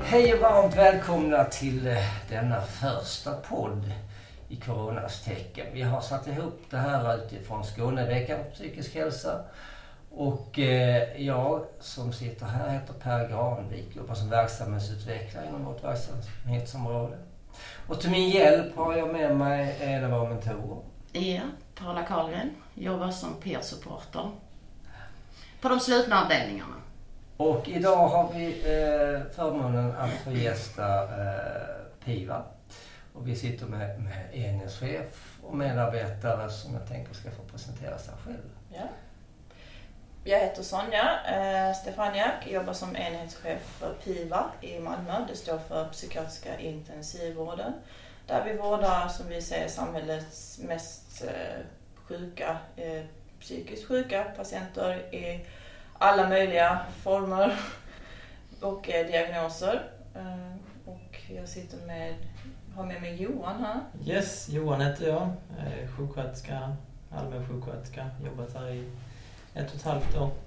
Hej och varmt välkomna till denna första podd i coronas tecken. Vi har satt ihop det här utifrån Skåneveckan psykisk hälsa. Och jag som sitter här heter Per Granvik, jobbar som verksamhetsutvecklare inom vårt verksamhetsområde. Och till min hjälp har jag med mig en av våra mentorer. Ja, Paula Karlgren, jobbar som peer-supporter på de slutna avdelningarna. Och idag har vi förmånen att få gästa Piva. Och vi sitter med enhetschef och medarbetare som jag tänker ska få presentera sig själv. Ja. Jag heter Sonja Stefaniak, jobbar som enhetschef för Piva i Malmö. Det står för psykiatriska intensivvården. Där vi vårdar, som vi säger, samhällets mest sjuka, psykiskt sjuka patienter i alla möjliga former och diagnoser. Och jag har med mig Johan här. Yes, Johan heter jag. Sjuksköterska, allmän sjuksköterska. Jobbat här i 1,5 år.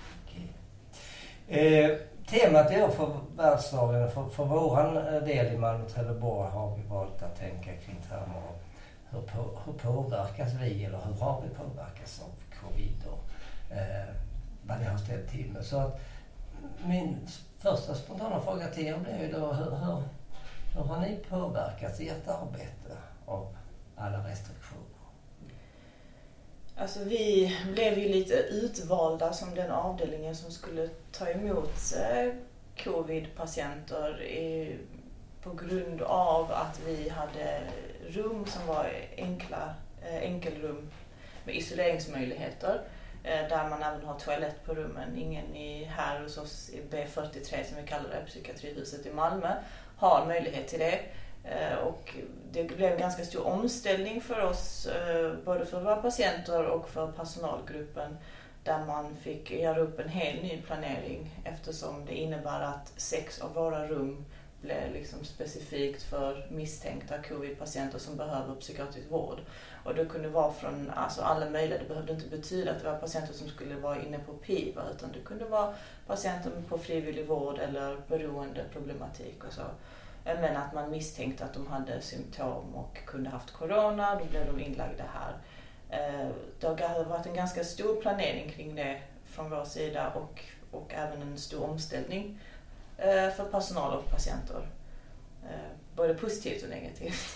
Okay. Temat är för världsdagen, för våran del i Malmö och Trelleborg har vi valt att tänka kring termer av hur påverkas vi eller hur har vi påverkats av covid och vad det har ställt till med. Så att min första spontana fråga till er blir ju då hur har ni påverkats i ert arbete av alla restriktioner? Alltså vi blev ju lite utvalda som den avdelningen som skulle ta emot covid-patienter på grund av att vi hade rum som var enkelrum med isoleringsmöjligheter. Där man även har toalett på rummen. Ingen här hos oss i B43 som vi kallar det, psykiatrihuset i Malmö, har möjlighet till det. Och det blev en ganska stor omställning för oss, både för våra patienter och för personalgruppen, där man fick göra upp en helt ny planering eftersom det innebär att 6 av våra rum blev liksom specifikt för misstänkta covid-patienter som behöver psykiatrisk vård. Och det kunde vara från alla möjliga, det behövde inte betyda att det var patienter som skulle vara inne på PIVA, utan det kunde vara patienter på frivillig vård eller beroendeproblematik och så. Men att man misstänkte att de hade symptom och kunde haft corona, då blev de inlagda här. Det har varit en ganska stor planering kring det från vår sida och även en stor omställning för personal och patienter. Både positivt och negativt.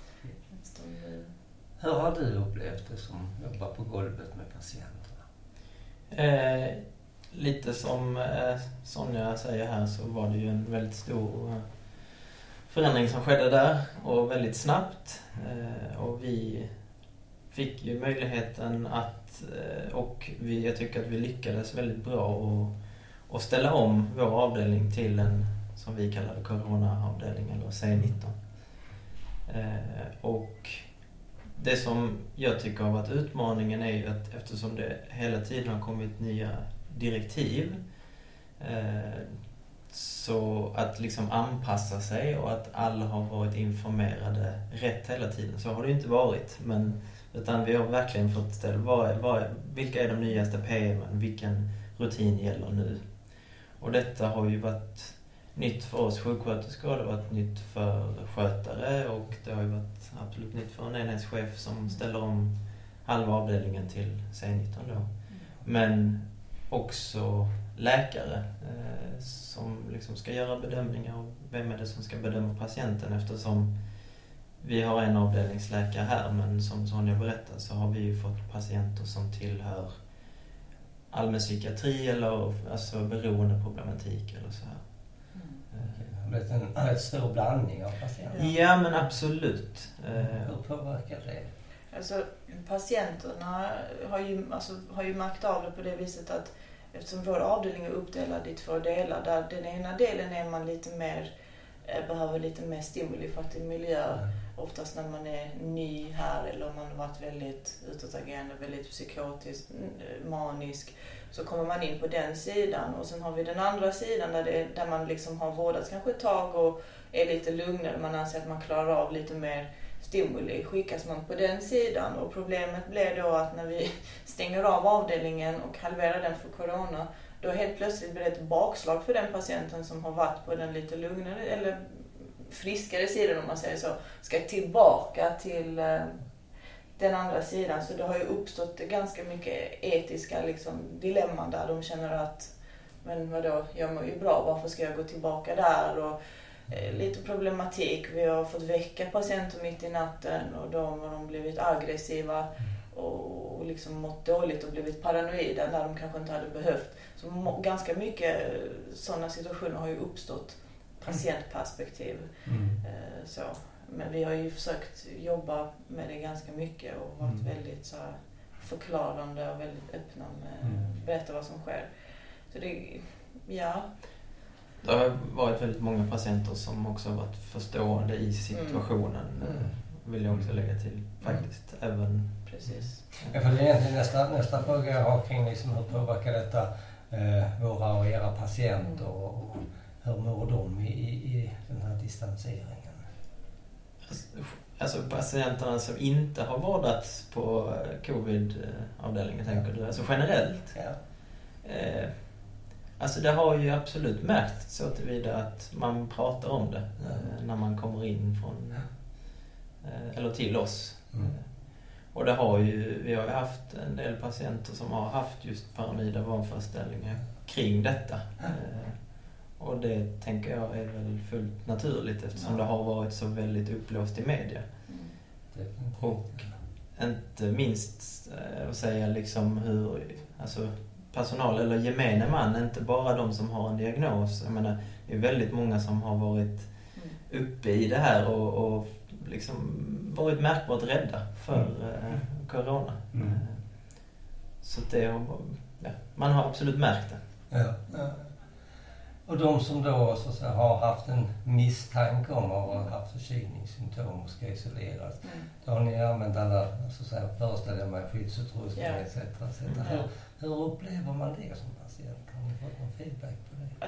Hur har du upplevt det som jobbar på golvet med patienterna? Lite som Sonja säger här så var det ju en väldigt stor förändring som skedde där och väldigt snabbt. Och vi fick ju möjligheten att, jag tycker att vi lyckades väldigt bra att ställa om vår avdelning till en, som vi kallade coronaavdelning eller C19. Och det som jag tycker har varit utmaningen är ju att eftersom det hela tiden har kommit nya direktiv, så att liksom anpassa sig och att alla har varit informerade rätt hela tiden. Så har det inte varit, utan vi har verkligen fått ställa vilka är de nyaste PM:en, vilken rutin gäller nu. Och detta har ju varit nytt för oss sjuksköterskor, det har varit nytt för skötare och det har ju varit absolut nytt för en enhetschef som ställer om halva avdelningen till C19 då. Men också läkare som liksom ska göra bedömningar av vem är det som ska bedöma patienten, eftersom vi har en avdelningsläkare här, men som Sonja berättade så har vi ju fått patienter som tillhör allmän psykiatri eller alltså beroendeproblematik eller så här. En stor blandning av patienter. Ja, men absolut. Hur påverkar det? Alltså patienterna har ju märkt av det på det viset att eftersom vår avdelning är uppdelad i 2 delar, där den ena delen är man behöver lite mer stimuli för att i miljö, oftast när man är ny här eller om man har varit väldigt utåtagerande, väldigt psykotisk, manisk, så kommer man in på den sidan. Och sen har vi den andra sidan där man liksom har vårdats kanske ett tag och är lite lugnare, man anser att man klarar av lite mer stimuli, skickas man på den sidan. Och problemet blir då att när vi stänger av avdelningen och halverar den för corona, då helt plötsligt blir det ett bakslag för den patienten som har varit på den lite lugnare eller friskare sidan, om man säger så, ska tillbaka till den andra sidan. Så det har ju uppstått ganska mycket etiska liksom, dilemman där. De känner att, men vadå, jag mår ju bra, varför ska jag gå tillbaka där? Och lite problematik. Vi har fått väcka patienter mitt i natten och de har blivit aggressiva och liksom mått dåligt och blivit paranoida när de kanske inte hade behövt. Så ganska mycket sådana situationer har ju uppstått, patientperspektiv. Så. Men vi har ju försökt jobba med det ganska mycket och varit väldigt så här förklarande och väldigt öppna med att berätta vad som sker. Så det, ja. Det har varit väldigt många patienter som också har varit förstående i situationen, vill jag också lägga till faktiskt. Även... Precis. Ja, för det är egentligen nästa fråga jag har kring liksom, hur påverkar detta våra och era patienter och hur mår de i den här distanseringen? Alltså patienterna som inte har vårdats på covid-avdelningen, tänker du? Alltså generellt? Ja. Alltså det har ju absolut märkts så tillvida att man pratar om det när man kommer in från eller till oss. Och det har ju, vi har ju haft en del patienter som har haft just paranoida vanföreställningar kring detta. Och det tänker jag är väl fullt naturligt eftersom det har varit så väldigt upplåst i media. Och inte minst att säga liksom hur, alltså personal eller gemene man, inte bara de som har en diagnos. Jag menar, det är väldigt många som har varit uppe i det här och liksom varit märkbart rädda för corona. Så det, man har absolut märkt det. Ja. Och de som då så att säga, har haft en misstanke om att ha haft förkylningssymptom och ska isoleras. Då har ni använt alla, så att säga, föreställer mig, skyddsutrustning etc. Hur upplever man det som patient? Har ni fått någon feedback på det?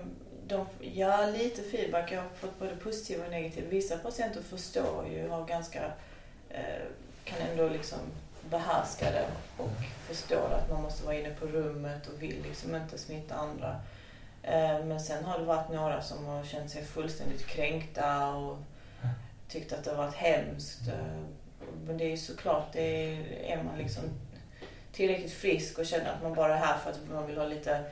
Alltså lite feedback. Jag har fått både positiv och negativ. Vissa patienter förstår ju, har ganska, kan ändå liksom behärska det och förstår att man måste vara inne på rummet och vill liksom inte smitta andra. Men sen har det varit några som har känt sig fullständigt kränkta och tyckt att det har varit hemskt. Men det är såklart, är man liksom tillräckligt frisk och känner att man bara är här för att man vill ha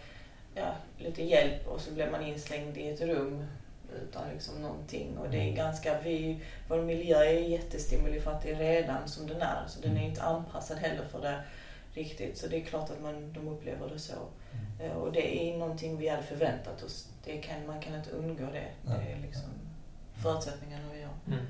lite hjälp och så blir man inslängd i ett rum utan liksom någonting. Och det är ganska, vår miljö är jättestimuli för att det är redan som den är. Så den är inte anpassad heller för det riktigt. Så det är klart att de upplever det så. Och det är någonting vi hade förväntat oss. Man kan inte undgå det. Det är liksom förutsättningarna vi har.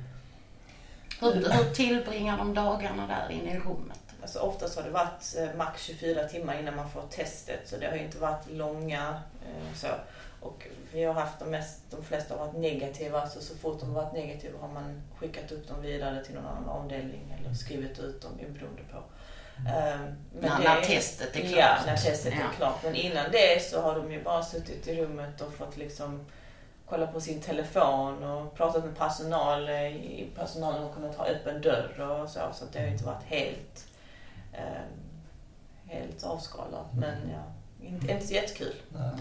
Hur tillbringar de dagarna där inne i rummet? Alltså oftast har det varit max 24 timmar innan man får testet. Så det har inte varit långa så. Och vi har haft de flesta har varit negativa. Så fort de har varit negativa har man skickat upp dem vidare till någon annan avdelning. Eller skrivit ut dem beroende på. När testet är klart. Ja, när testet är klart. Men innan det så har de ju bara suttit i rummet och fått liksom kolla på sin telefon och pratat med personal. Personalen har kunnat ha öppen dörr och så att det har inte varit helt avskalat. Men inte så jättekul.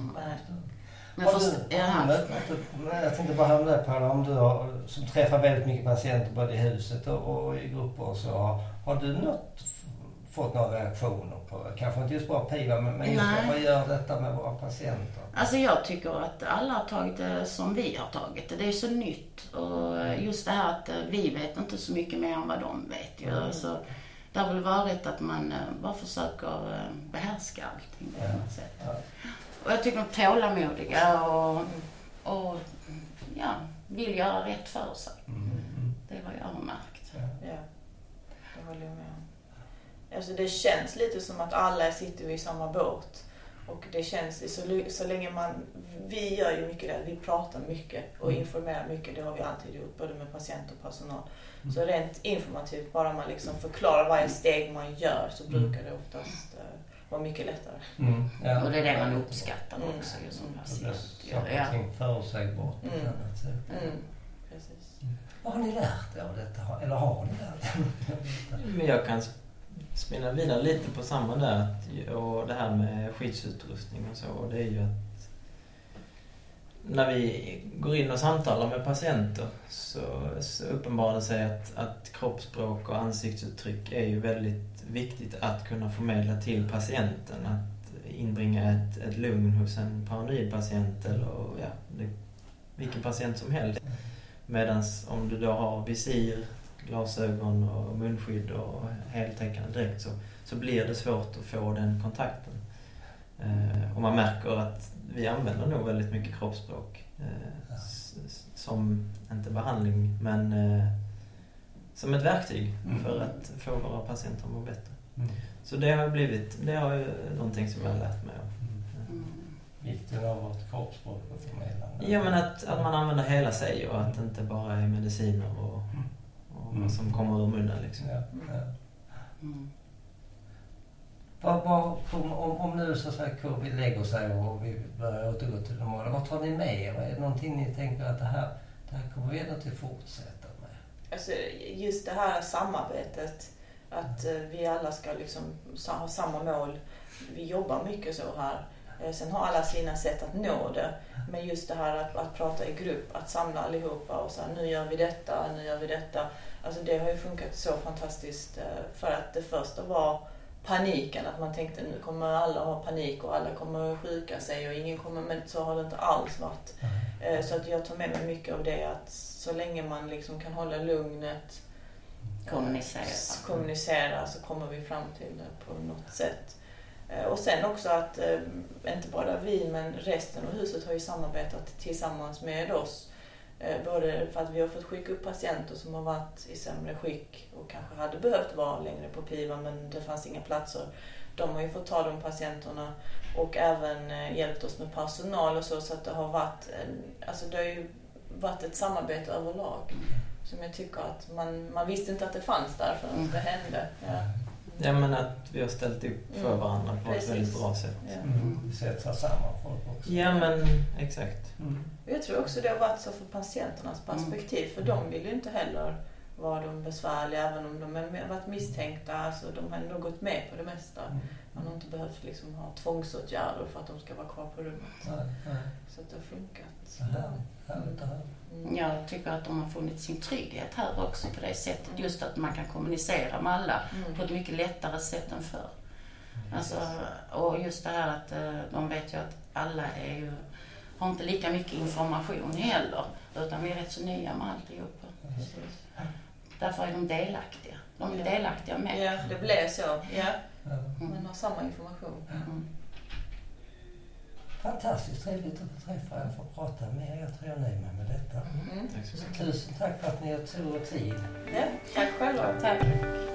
Jag tänkte bara höra med Paula, om du som träffar väldigt mycket patienter både i huset och i grupper och så, har du fått några reaktioner på det? Kanske inte just bara PIVA, men just vad gör detta med våra patienter? Alltså jag tycker att alla har tagit det som vi har tagit det. Det är så nytt. Och just det här att vi vet inte så mycket mer än vad de vet. Ju. Så det har väl varit att man bara försöker behärska allting på något sätt. Och jag tycker de är tålamodiga och vill göra rätt för sig. Det är vad jag har märkt. Ja, det håller jag med om. Alltså det känns lite som att alla sitter i samma båt. Och det känns så länge vi gör ju mycket det, vi pratar mycket och informerar mycket, det har vi alltid gjort, både med patient och personal. Så rent informativt, bara man liksom förklarar varje steg man gör så brukar det oftast vara mycket lättare. Och det är det man uppskattar också som patient. Saker och ting förutsägbart på ett annat sätt. Precis. Vad har ni lärt er av detta? Eller har ni lärt er? Men jag kan spinna vidare lite på samma där och det här med skyddsutrustning och så. Och det är ju att när vi går in och samtalar med patienter så uppenbarar det sig att kroppsspråk och ansiktsuttryck är ju väldigt viktigt att kunna förmedla till patienten. Att inbringa ett lugn hos en paranoid patient eller vilken patient som helst. Medan om du då har visir, glasögon och munskydd och heltäckande dräkt så blir det svårt att få den kontakten. Och man märker att vi använder nog väldigt mycket kroppsspråk som, inte behandling, men som ett verktyg för att få våra patienter att må bättre. Så det har ju någonting som jag har lärt mig av. Vikten av vårt kroppsspråk och förmedla. Ja, men att man använder hela sig och att det inte bara är mediciner och vad som kommer ur munnen liksom. Om nu så att säga covid lägger sig och vi börjar återgå till normala, vad tar ni med er? Är det någonting ni tänker att det här kommer vi ändå till fortsätta med? Alltså just det här samarbetet, att vi alla ska liksom ha samma mål. Vi jobbar mycket så här. Sen har alla sina sätt att nå det. Men just det här att prata i grupp, att samla allihopa och så här, nu gör vi detta. Alltså det har ju funkat så fantastiskt, för att det första var paniken, att man tänkte nu kommer alla ha panik och alla kommer sjuka sig och ingen kommer, men så har det inte alls varit. Så att jag tar med mig mycket av det, att så länge man liksom kan hålla lugnet, kommunicera så kommer vi fram till det på något sätt. Och sen också att inte bara vi men resten av huset har ju samarbetat tillsammans med oss. Både för att vi har fått skicka upp patienter som har varit i sämre skick och kanske hade behövt vara längre på PIVA men det fanns inga platser. De har ju fått ta de patienterna och även hjälpt oss med personal och så att det har varit det har ju varit ett samarbete överlag som jag tycker att man visste inte att det fanns där förrän det hände. Ja, men att vi har ställt upp för varandra på ett väldigt bra sätt. Sätta samman folk också. Ja, men exakt. Jag tror också det har varit så för patienternas perspektiv. För de vill ju inte heller vara de besvärliga, även om de har varit misstänkta. Alltså, de har ändå gått med på det mesta. Man har inte behövt liksom ha tvångsåtgärder för att de ska vara kvar på rummet. Så att det har funkat. Jag tycker att de har funnit sin trygghet här också på det sättet. Just att man kan kommunicera med alla på ett mycket lättare sätt än förr. Alltså, och just det här att de vet ju att alla har inte lika mycket information heller. Utan vi är rätt så nya med alltihopa. Därför är de delaktiga. De är delaktiga med. Ja, det blev så. Ja. Man har samma information. Fantastiskt trevligt att få träffa er och få prata med er. Jag tror jag nöjer mig med detta. Tack så mycket. Tusen tack för att ni tog er tid. Ja, tack själva. Tack.